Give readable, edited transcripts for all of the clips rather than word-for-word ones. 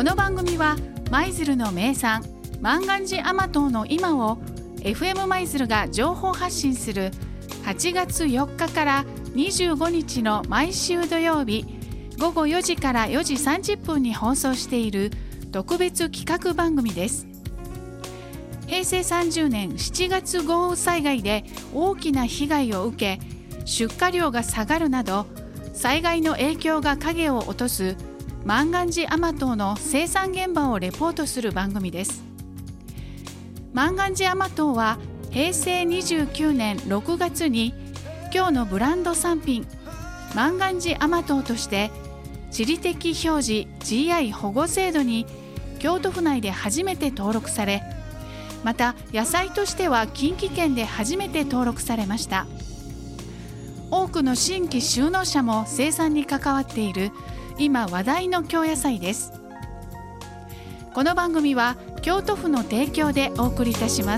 この番組は舞鶴の名産万願寺甘党の今を FM 舞鶴が情報発信する8月4日から25日の毎週土曜日午後4時から4時30分に放送している特別企画番組です。平成30年7月豪雨災害で大きな被害を受け、出荷量が下がるなど災害の影響が影を落とす万願寺甘党の生産現場をレポートする番組です。万願寺甘党は平成29年6月に今日のブランド産品万願寺甘党として地理的表示 GI 保護制度に京都府内で初めて登録され、また野菜としては近畿圏で初めて登録されました。多くの新規就農者も生産に関わっている今話題の京野菜です。この番組は京都府の提供でお送りいたします。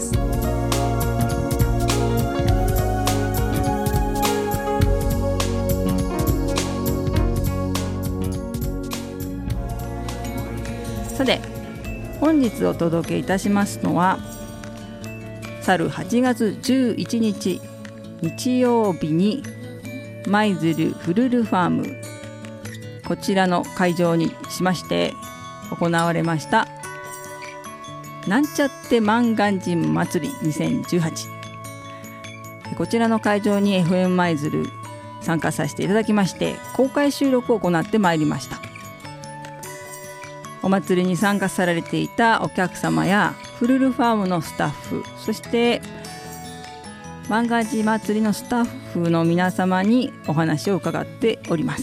さて、本日お届けいたしますのは去る8月11日日曜日に舞鶴フルルファームこちらの会場にしまして行われましたなんちゃって万願寺祭り2018、こちらの会場に FM 舞鶴参加させていただきまして公開収録を行ってまいりました。お祭りに参加されていたお客様やフルルファームのスタッフ、そして万願寺祭りのスタッフの皆様にお話を伺っております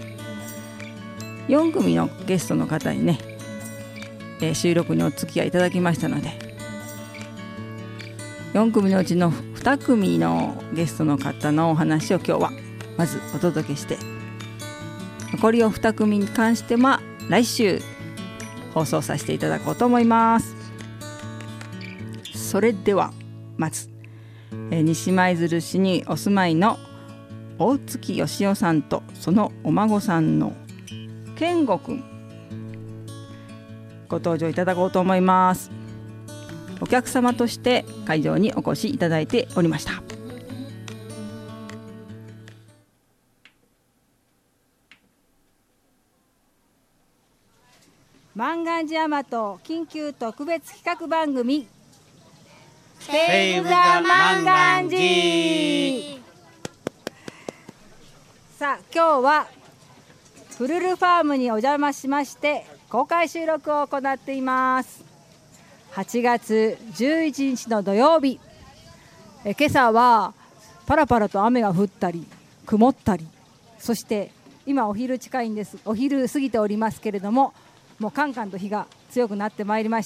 。4組のゲストの方にね、収録にお付き合いいただきましたので、4組のうちの2組のゲストの方のお話を今日はまずお届けして、残りを2組に関しては来週放送させていただこうと思います。それではまず、西舞鶴市にお住まいの大月義雄さんとそのお孫さんの健吾くんご登場いただこうと思います。お客様として会場にお越しいただいておりました。万願寺甘党緊急特別企画番組セーブ・ザ・万願寺。さあ、今日はフルルファームにお邪魔しまして公開収録を行っています。8月11日の土曜日、今朝はパラパラと雨が降ったり曇ったり、そして今お昼近いんです。お昼過ぎておりますけれども、もうカンカンと日が強くなってまいりました。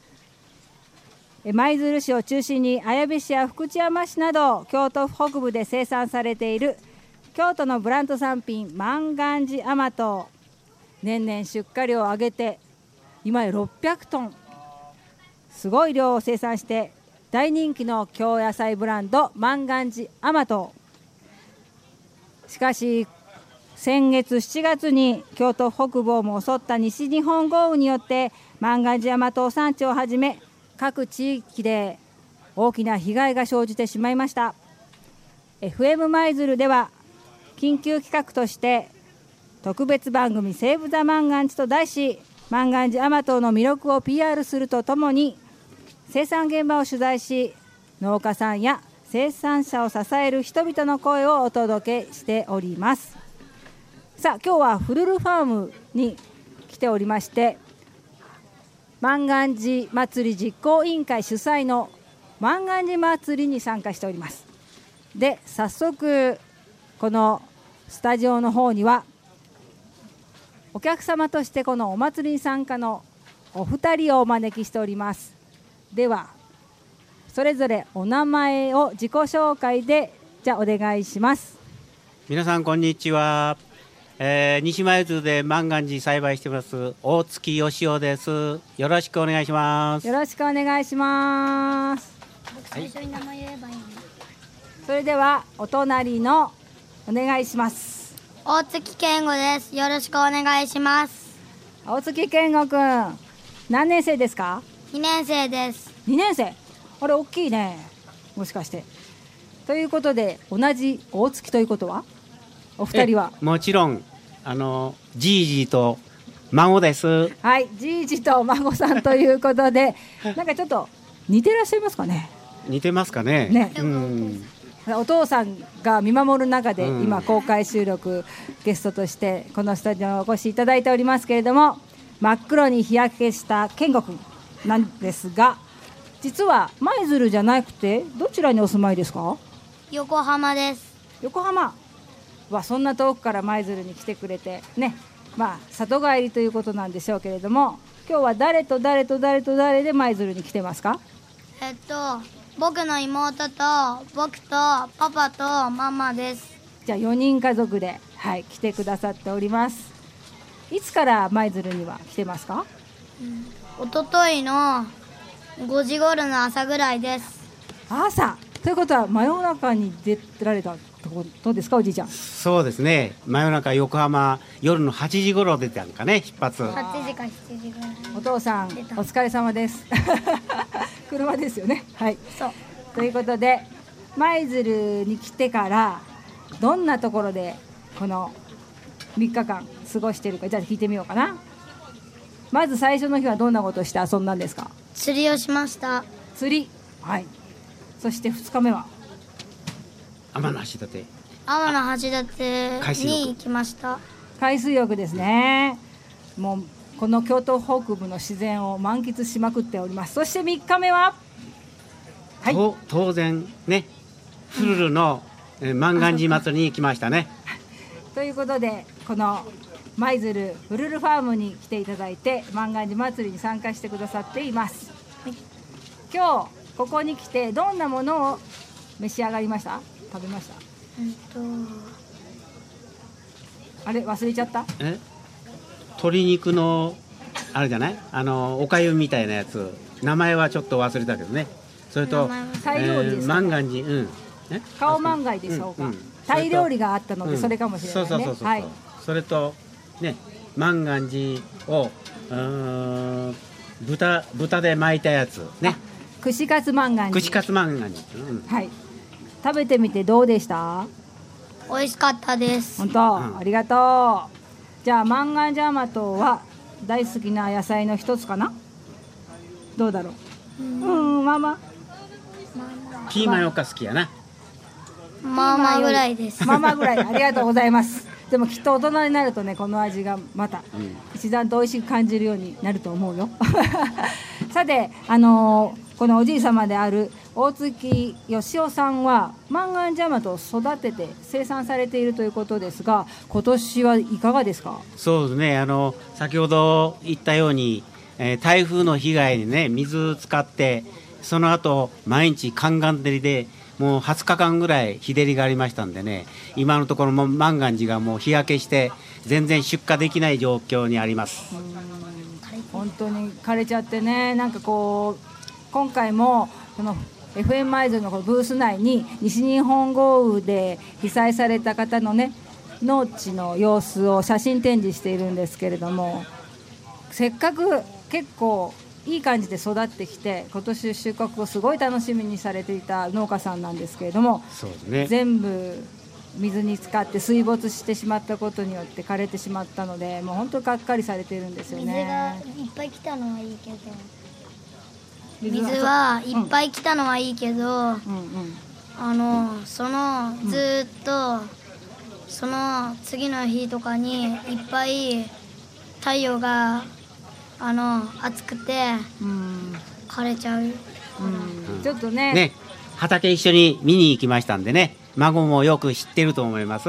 舞鶴市を中心に綾部市や福知山市など京都府北部で生産されている京都のブランド産品万願寺甘党、年々出荷量を上げて今や600トン、すごい量を生産して大人気の京野菜ブランド万願寺甘党。しかし先月7月に京都北部をも襲った西日本豪雨によって万願寺甘党産地をはじめ各地域で大きな被害が生じてしまいました。 FM 舞鶴では緊急企画として特別番組セーブ・ザ・万願寺と題し、万願寺甘党の魅力を PR するとともに生産現場を取材し、農家さんや生産者を支える人々の声をお届けしております。さあ、今日はフルルファームに来ておりまして、万願寺祭り実行委員会主催の万願寺祭りに参加しております。で、早速このスタジオの方にはお客様としてこのお祭りに参加のお二人をお招きしております。ではそれぞれお名前を自己紹介でじゃあお願いします。 皆さんこんにちは。西舞鶴で万願寺栽培しています大月義雄です。よろしくお願いします。 よろしくお願いします。 最初に名前言えばいいの？ それではお隣のお願いします。 大月健吾です。よろしくお願いします。 青月健吾くん、何年生ですか 2年生です。 ？2年生。あれ大きいね、もしかして。ということで同じ大月ということはお二人は？ もちろんじいじと孫です。 はい、じいじと孫さんということでなんかちょっと似てらっしゃいますかね。 似てますかね。 ね、 うん、 お父さんが見守る中で今公開収録ゲストとしてこのスタジオにお越しいただいておりますけれども、真っ黒に日焼けした健吾くんなんですが、実は舞鶴じゃなくてどちらにお住まいですか？ 横浜です。 横浜はそんな遠くから舞鶴に来てくれてね、まあ里帰りということなんでしょうけれども、今日は誰と誰と誰と誰で舞鶴に来てますか？ 僕の妹と僕とパパとママです。 じゃあ4人家族で、はい、来てくださっております。いつから舞鶴には来てますか？ おとといの5時頃の朝ぐらいです。 朝ということは真夜中に出られたとこどうですか、おじいちゃん？ そうですね、真夜中横浜夜の8時頃出たんかね、出発。 8時か7時ぐらい。 お父さんお疲れ様です車ですよね。はい、 そうということで舞鶴に来てからどんなところでこの3日間過ごしているか、じゃあ聞いてみようかな。まず最初の日はどんなことをして遊んだんですか？ 釣りをしました。 釣り、はい。そして2日目は天橋立。 天橋立に行きました。 海水浴ですね。もうこの京都北部の自然を満喫しまくっております。そして3日目は、はい、 当然ね、フルルの万願寺祭りに来ましたね。 ということでこの舞鶴フルルファームに来ていただいて万願寺祭りに参加してくださっています、はい、今日ここに来てどんなものを召し上がりました？食べました？あれ忘れちゃった？ 鶏肉のあれじゃない？おかゆみたいなやつ、名前はちょっと忘れたけどね。それとタイ料理ですか？ 万願寺、 顔万願でしょうか。タイ料理があったのでそれかもしれないね。 はい。それとね、万願寺を豚で巻いたやつね。 串カツ万願寺。 串カツ万願寺。 はい。食べてみてどうでした？ 美味しかったです。 本当、ありがとう。じゃあ万願寺甘党は大好きな野菜の一つかな？どうだろう？ママ。 ピーマンよっか好きやな。 ママぐらいです。 ママぐらい、ありがとうございます。でもきっと大人になるとね、この味がまた一段と美味しく感じるようになると思うよ。さて、このおじい様である大月義雄さんは万願寺甘党を育てて生産されているということですが、今年はいかがですか？ そうですね、先ほど言ったように、台風の被害にね、水使ってその後毎日寒暖照りでもう20日間ぐらい日照りがありましたんでね、今のところも万願寺がもう日焼けして全然出荷できない状況にあります。 本当に枯れちゃってね、なんかこう今回もこの FM 舞鶴のこのブース内に西日本豪雨で被災された方のね農地の様子を写真展示しているんですけれども、せっかく結構いい感じで育ってきて今年収穫をすごい楽しみにされていた農家さんなんですけれども、 そうですね、 全部水に浸かって水没してしまったことによって枯れてしまったので、もう本当にがっかりされているんですよね。 水がいっぱい来たのはいいけど、水はいっぱい来たのはいいけど、そのずっと、その次の日とかにいっぱい太陽が暑くて枯れちゃう、 ちょっとね畑一緒に見に行きましたんでね、孫もよく知ってると思います。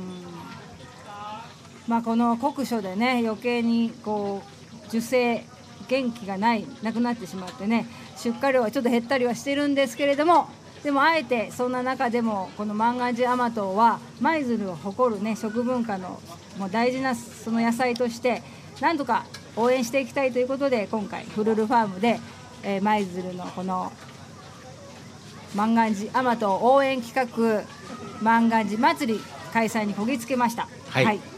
この酷暑でね余計にこう受精元気がなくなってしまってね、出荷量はちょっと減ったりはしてるんですけれども、でもあえてそんな中でもこの万願寺甘党は舞鶴を誇るね食文化のもう大事なその野菜として何とか応援していきたいということで、今回フルルファームで舞鶴のこの万願寺甘党応援企画万願寺祭り開催にこぎつけました。 はい、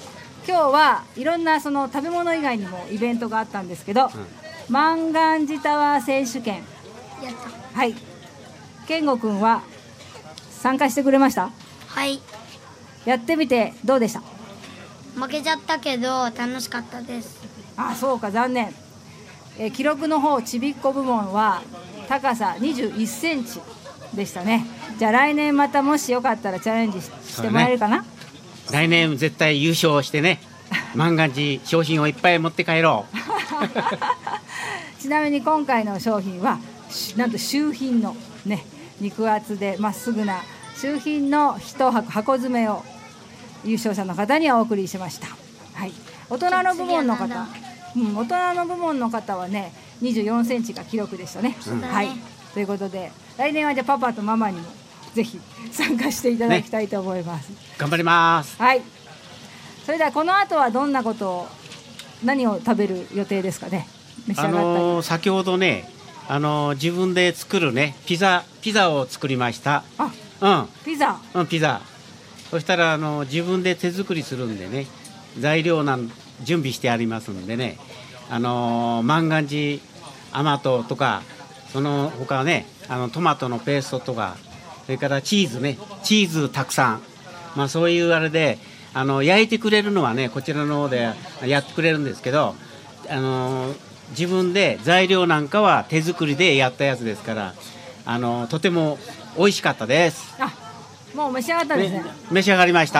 今日はいろんなその食べ物以外にもイベントがあったんですけど、万願寺タワー選手権、 やった。 はい、健吾くんは参加してくれました？ はい。 やってみてどうでした？ 負けちゃったけど楽しかったです。 あ、そうか、残念。記録の方ちびっこ部門は高さ21センチでしたね。じゃあ来年またもしよかったらチャレンジしてもらえるかな？ 来年絶対優勝してね、万願寺商品をいっぱい持って帰ろう。 ちなみに今回の商品はなんと周品のね、肉厚でまっすぐな周品の1箱箱詰めを優勝者の方にはお送りしました。はい、大人の部門の方、大人の部門の方はね24センチが記録でしたね。はい、ということで来年はじゃあパパとママにもぜひ参加していただきたいと思います。 頑張ります。 はい。それではこの後はどんなことを、何を食べる予定ですかね。召し上がったり。 先ほどね、自分で作るねピザを作りました。ピザ。そしたら自分で手作りするんでね、材料準備してありますんでね、万願寺甘党とかその他はね、トマトのペーストとか、それからチーズたくさん、そういうあれで焼いてくれるのはねこちらの方でやってくれるんですけど、自分で材料なんかは手作りでやったやつですから、とても美味しかったです。 もう召し上がったんですね。 召し上がりました。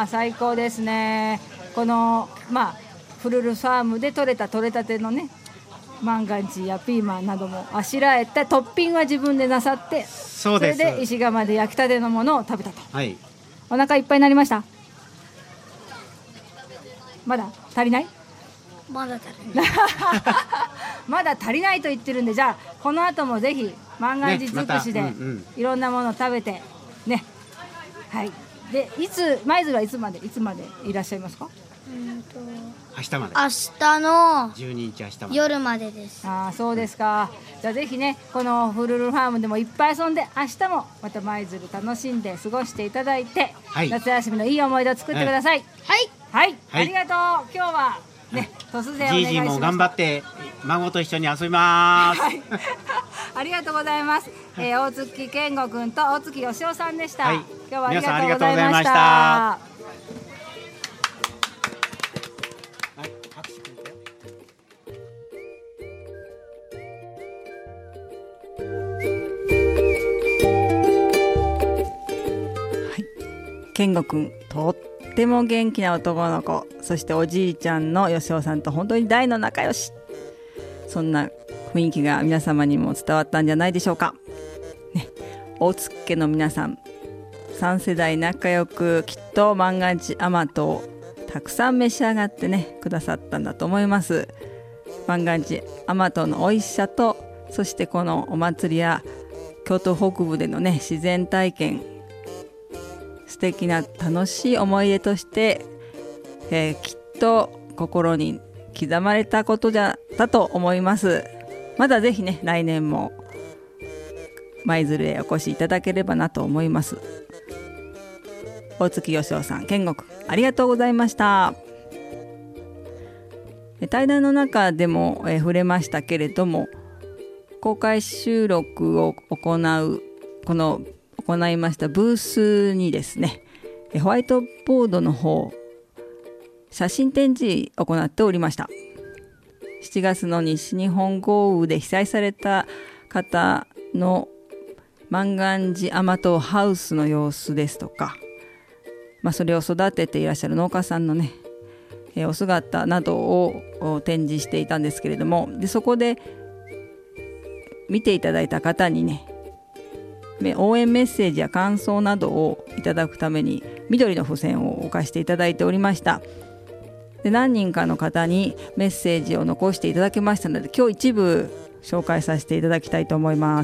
最高ですね。このフルルファームで採れたてのね万願寺やピーマンなどもあしらえたトッピングは自分でなさって、それで石窯で焼きたてのものを食べたと。はい。お腹いっぱいになりました？まだ足りない？ まだ足りない。 まだ足りないと言ってるんで、じゃあこの後もぜひ万願寺尽くしでいろんなものを食べてね。はい。で舞鶴はいつまでいらっしゃいますか？ 明日まで。 明日の 12日明日まで。 夜までです。 そうですか。じゃあぜひねこのフルルファームでもいっぱい遊んで、明日もまた舞鶴楽しんで過ごしていただいて、夏休みのいい思い出を作ってください。はい、ありがとう。今日はね突然お願いします。じいじも頑張って孫と一緒に遊びます。 ありがとうございます。大月健吾くんと大月義雄さんでした。今日はありがとうございました。健吾くんとっても元気な男の子、そしておじいちゃんの義雄さんと本当に大の仲良し、そんな雰囲気が皆様にも伝わったんじゃないでしょうか、ね、大月家の皆さん3世代仲良くきっと万願寺甘党をたくさん召し上がってねくださったんだと思います。万願寺甘党の美味しさと、そしてこのお祭りや京都北部でのね自然体験、素敵な楽しい思い出として、きっと心に刻まれたことだと思います。まだぜひね来年も舞鶴へお越しいただければなと思います。大月義雄さん、健吾くん、ありがとうございました。対談の中でも、触れましたけれども、公開収録を行いましたブースにですね、ホワイトボードの方写真展示を行っておりました。7月の西日本豪雨で被災された方の万願寺甘党ハウスの様子ですとか、それを育てていらっしゃる農家さんのね、お姿などを展示していたんですけれども、でそこで見ていただいた方にね応援メッセージや感想などをいただくために緑の付箋を置かせていただいておりました。で何人かの方にメッセージを残していただきましたので、今日一部紹介させていただきたいと思います。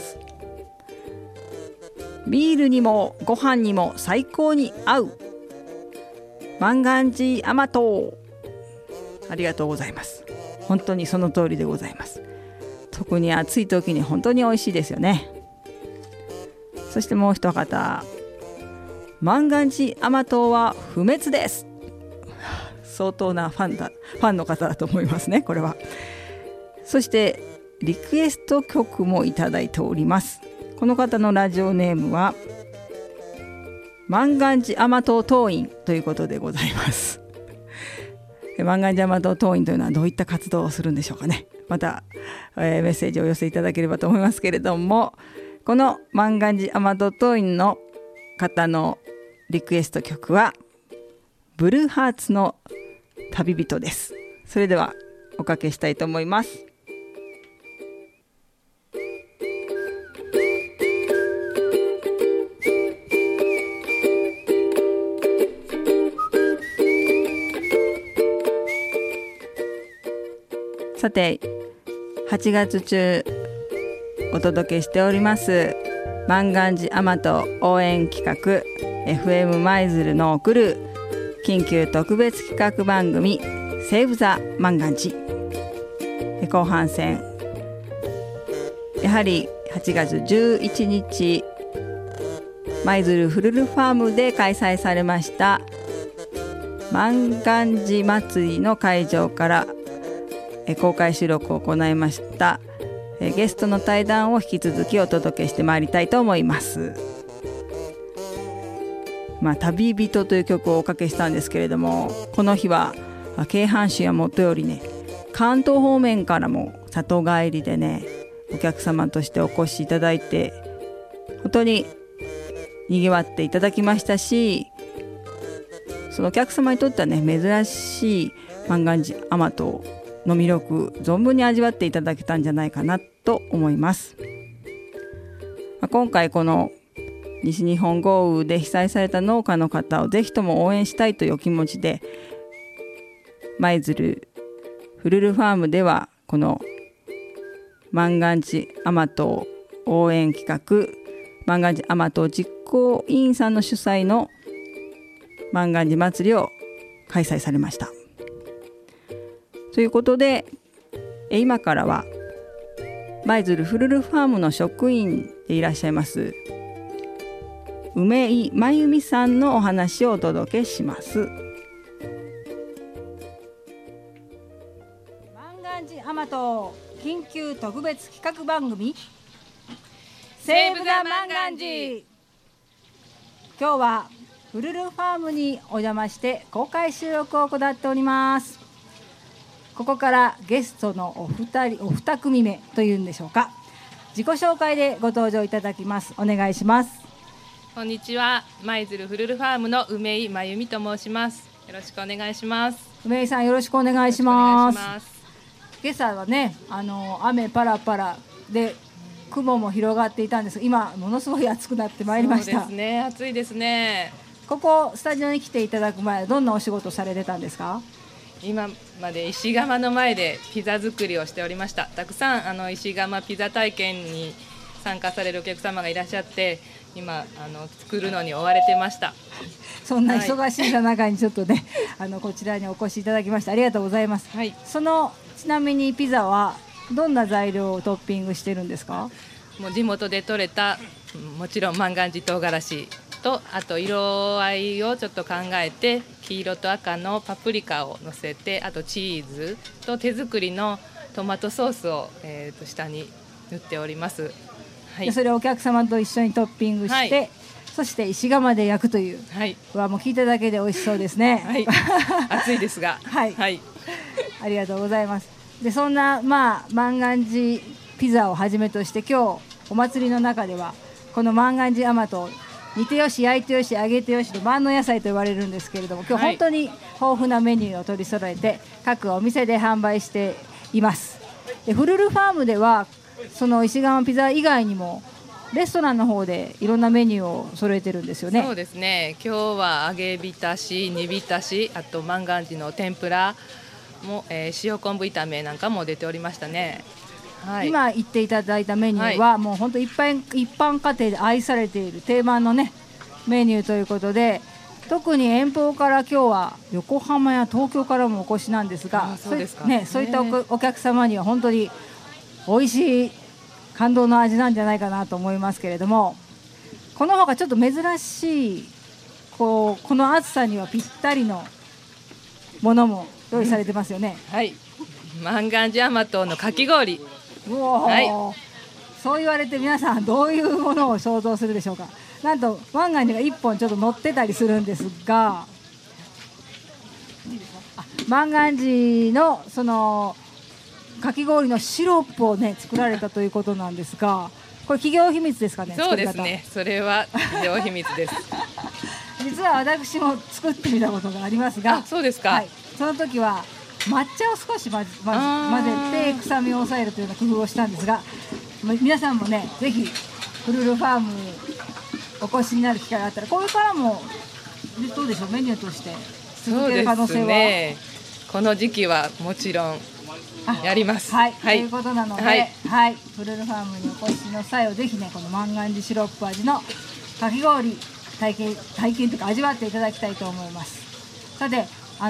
ビールにもご飯にも最高に合う万願寺甘党、ありがとうございます。本当にその通りでございます。特に暑い時に本当に美味しいですよね。そしてもう一方、万願寺甘党は不滅です。 相当なファンの方だと思いますね、これは。そしてリクエスト曲もいただいております。この方のラジオネームは万願寺甘党党員ということでございます。万願寺甘党党員というのはどういった活動をするんでしょうかね。また、メッセージをお寄せいただければと思いますけれども、この万願寺甘党党員の方のリクエスト曲はブルーハーツの旅人です。それではおかけしたいと思います。さて8月中お届けしております万願寺甘党応援企画 FM 舞鶴の送る緊急特別企画番組セーブザ万願寺後半戦、やはり8月11日舞鶴フルルファームで開催されました万願寺祭りの会場から公開収録を行いましたゲストの対談を引き続きお届けしてまいりたいと思います。旅人という曲をおかけしたんですけれども、この日は京阪神やもとよりね、関東方面からも里帰りでね、お客様としてお越しいただいて本当ににぎわっていただきましたし、そのお客様にとってはね、珍しい万願寺甘党の魅力存分に味わっていただけたんじゃないかなと思います。今回この西日本豪雨で被災された農家の方をぜひとも応援したいというお気持ちで、舞鶴フルルファームではこの万願寺甘党応援企画万願寺甘党実行委員さんの主催の万願寺祭りを開催されました。ということで今からは舞鶴フルルファームの職員でいらっしゃいます梅井真由美さんのお話をお届けします。万願寺甘党緊急特別企画番組セーブザ万願寺。今日はフルルファームにお邪魔して公開収録を行っております。ここからゲストのお二組目というんでしょうか、自己紹介でご登場いただきます。お願いします。 こんにちは、舞鶴フルルファームの梅井真由美と申します。よろしくお願いします。 梅井さん、よろしくお願いします。今朝はね、雨パラパラで雲も広がっていたんですが、今ものすごい暑くなってまいりました。 そうですね、暑いですね。 ここスタジオに来ていただく前、どんなお仕事されてたんですか？ 今まで石窯の前でピザ作りをしておりました。たくさん石窯ピザ体験に参加されるお客様がいらっしゃって、今作るのに追われてました。 そんな忙しいさなかにちょっとね、こちらにお越しいただきましてありがとうございます。 はい、 ちなみにピザはどんな材料をトッピングしてるんですか？ もう地元で採れた、もちろん万願寺唐辛子と、あと色合いをちょっと考えて黄色と赤のパプリカを乗せて、あとチーズと手作りのトマトソースを、下に塗っております。はい、 それをお客様と一緒にトッピングして、はい、そして石窯で焼くという、 はい、 もう聞いただけで美味しそうですね。 はい、暑いですがはい、はい、ありがとうございます。でそんな万願寺ピザをはじめとして、今日お祭りの中ではこの万願寺甘党煮てよし焼いてよし揚げてよしの万能野菜と言われるんですけれども、今日本当に豊富なメニューを取り揃えて各お店で販売しています。でフルルファームではその石窯ピザ以外にもレストランの方でいろんなメニューを揃えてるんですよね。 そうですね、今日は揚げ浸し、煮浸し、あと万願寺の天ぷらも、塩昆布炒めなんかも出ておりましたね。はい、今言っていただいたメニューは、もう本当一般家庭で愛されている定番のねメニューということで、特に遠方から今日は横浜や東京からもお越しなんですが、そういったお客様には本当に美味しい感動の味なんじゃないかなと思いますけれども、このほかちょっと珍しいこの暑さにはぴったりのものも用意されてますよね。 はい、万願寺甘党のかき氷。 はい、そう言われて皆さんどういうものを想像するでしょうか。なんと万願寺が1本ちょっと乗ってたりするんですが、万願寺のそのかき氷のシロップをね作られたということなんですが、これ企業秘密ですかね。 そうですね、それは企業秘密です実は私も作ってみたことがありますが、 そうですか、 はい、その時は抹茶を少し混ぜて臭みを抑えるというような工夫をしたんですが、皆さんもねぜひフルルファームお越しになる機会があったら、これからもどうでしょう、メニューとして続ける可能性は。 そうですね、この時期はもちろんやります。 はい、ということなので、はい、フルルファームにお越しの際はぜひねこの万願寺シロップ味のかき氷体験というか味わっていただきたいと思います。さて、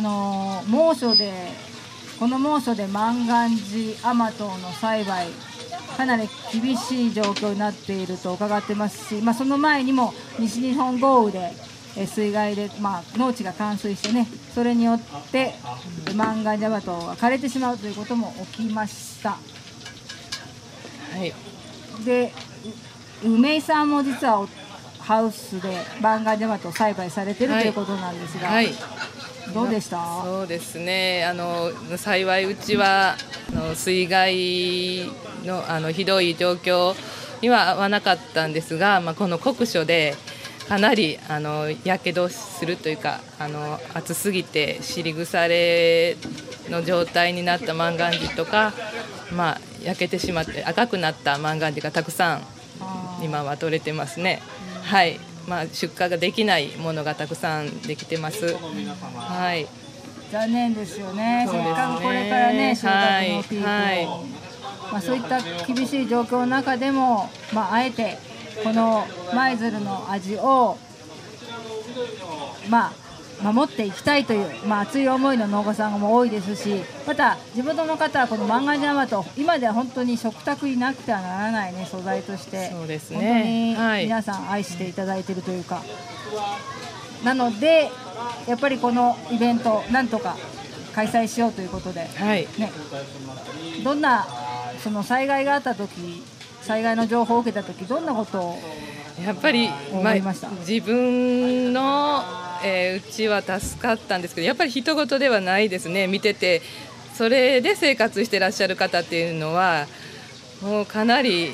この猛暑で万願寺甘党の栽培かなり厳しい状況になっていると伺ってますし、その前にも西日本豪雨で水害で、農地が冠水してね、それによって万願寺甘党が枯れてしまうということも起きました。はい、で梅井さんも実はハウスで万願寺甘党を栽培されているということなんですが、どうでした？ そうですね、幸いうちは水害のひどい状況には合わなかったんですが、この酷暑でかなりやけどするというか、暑すぎて尻腐れの状態になった万願寺とか、焼けてしまって赤くなった万願寺がたくさん今は取れてますね。はい、出荷ができないものがたくさんできてます。はい、 残念ですよね。せっかくこれからね収穫のピークを、そういった厳しい状況の中でも、あえてこの舞鶴の味を守っていきたいという、熱い思いの農家さんも多いですし、また地元の方はこの万願寺甘党、今では本当に食卓になくてはならない、素材として、 そうですね、 本当に皆さん愛していただいているというか、なのでやっぱりこのイベントなんとか開催しようということで、どんなその災害があった時、災害の情報を受けた時、どんなことをやっぱり思いました？ 自分のうちは助かったんですけど、やっぱり人事ではないですね。見ててそれで生活してらっしゃる方っていうのはもうかなり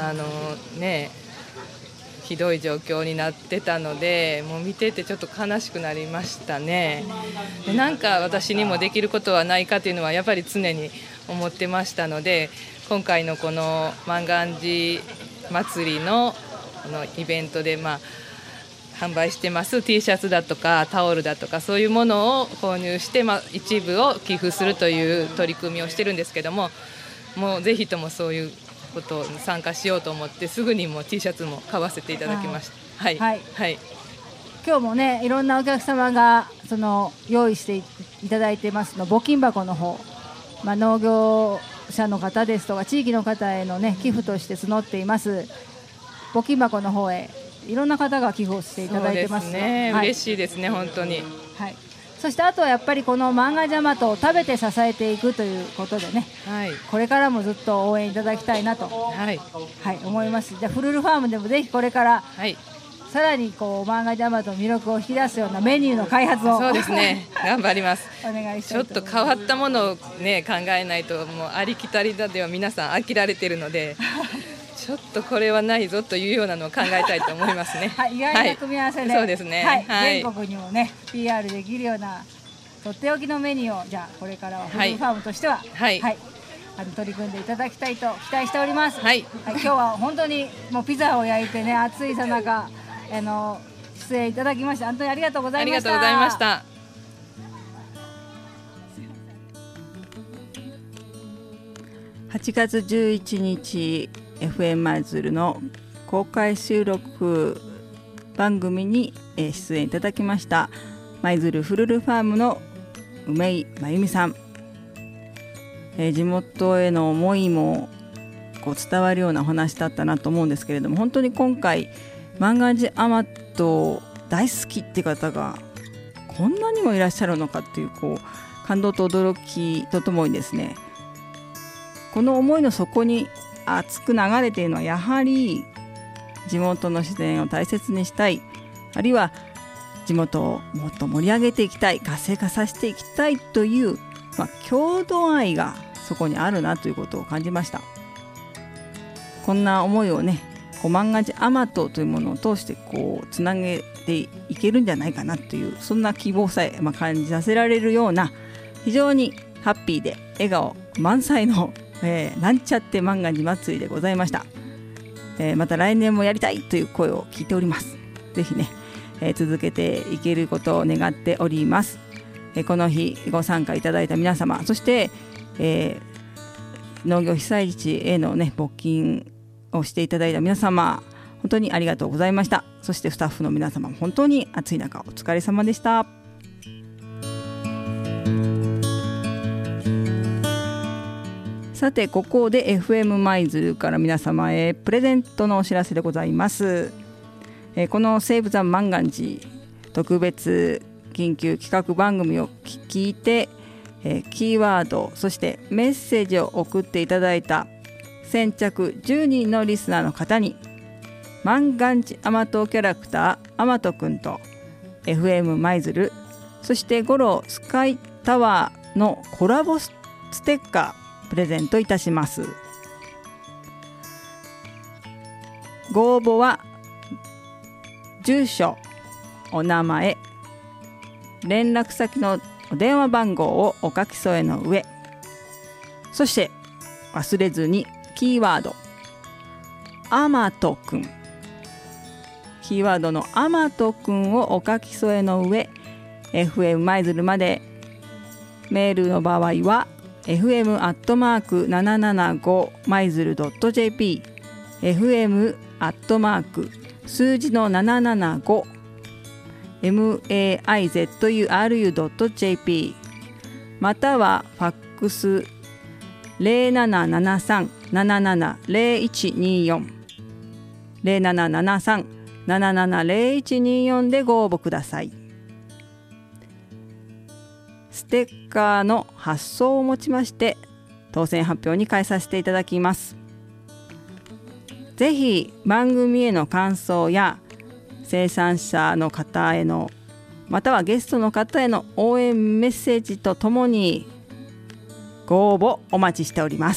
ひどい状況になってたので、もう見ててちょっと悲しくなりましたね。でなんか私にもできることはないかというのはやっぱり常に思ってましたので、今回のこの万願寺祭りのイベントで販売してます T シャツだとかタオルだとか、そういうものを購入して、一部を寄付するという取り組みをしてるんですけども、もうぜひともそういうことに参加しようと思って、すぐにも T シャツも買わせていただきました。はい、 今日もねいろんなお客様が用意していただいてますの募金箱の方、農業者の方ですとか地域の方への寄付として募っています募金箱の方へいろんな方が寄付をしていただいてます。 そうですね、嬉しいですね本当に。 そしてあとはやっぱりこの万願寺甘党を食べて支えていくということでね、これからもずっと応援いただきたいなと、思います。じゃあフルルファームでもぜひこれから、さらに万願寺甘党の魅力を引き出すようなメニューの開発をそうですね頑張りますお願いしたいと思います。 ちょっと変わったものを、考えないともうありきたりだでは皆さん飽きられているのでちょっとこれはないぞというようなのを考えたいと思いますね。 意外な組み合わせで、 そうですね、 全国にもね PR できるようなとっておきのメニューをじゃあこれからはフルファームとしては、取り組んでいただきたいと期待しております。今日は本当にもうピザを焼いてね暑いさなか出演いただきまして本当にありがとうございました。 ありがとうございました。 8月11日 FM 舞鶴の公開収録番組に出演いただきました舞鶴フルルファームの梅井真由美さん、地元への思いも伝わるようなお話だったなと思うんですけれども、本当に今回万願寺甘党大好きって方がこんなにもいらっしゃるのかっていう感動と驚きとともにですね、この思いの底に熱く流れているのはやはり地元の自然を大切にしたい、あるいは地元をもっと盛り上げていきたい、活性化させていきたいという、共同愛がそこにあるなということを感じました。こんな思いをね、万願寺甘党というものを通してつなげていけるんじゃないかなという、そんな希望さえ感じさせられるような、非常にハッピーで笑顔満載の、なんちゃって万願寺祭りでございました。また来年もやりたいという声を聞いております。ぜひね、続けていけることを願っております。この日ご参加いただいた皆様、そして、農業被災地へのね募金をしていただいた皆様、本当にありがとうございました。そしてスタッフの皆様も本当に暑い中お疲れ様でした。さて、ここで FM 舞鶴から皆様へプレゼントのお知らせでございます。このセーブ・ザ・万願寺特別緊急企画番組を聞いて、キーワード、そしてメッセージを送っていただいた先着10人のリスナーの方に、万願寺甘党キャラクター甘党くんと FM 舞鶴、そして五郎スカイタワーのコラボステッカープレゼントいたします。ご応募は住所、お名前、連絡先の電話番号をお書き添えの上、そして忘れずにキーワードあまとくん、キーワードのあまとくんをお書き添えの上、 FM 舞鶴まで。メールの場合は fm@775 舞鶴 .jp、 fm@ 数字の775 maizuru.jp、 またはファックス 0773-770124 0773-770124でご応募ください。ステッカーの発送をもちまして当選発表に変えさせていただきます。ぜひ番組への感想や生産者の方への、またはゲストの方への応援メッセージとともにご応募お待ちしております。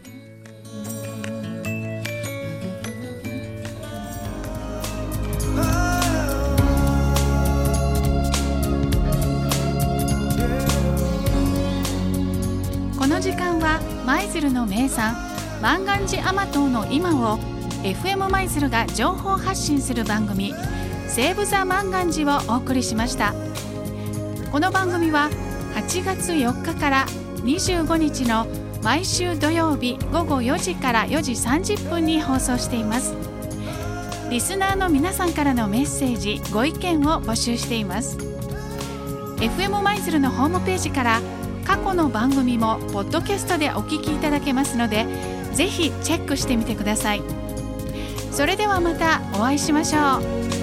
この時間は舞鶴の名産万願寺甘党の今を FM 舞鶴が情報発信する番組セーブ・ザ・万願寺をお送りしました。この番組は8月4日から25日の毎週土曜日午後4時から4時30分に放送しています。リスナーの皆さんからのメッセージご意見を募集しています。 FM 舞鶴のホームページから過去の番組もポッドキャストでお聞きいただけますので、ぜひチェックしてみてください。それではまたお会いしましょう。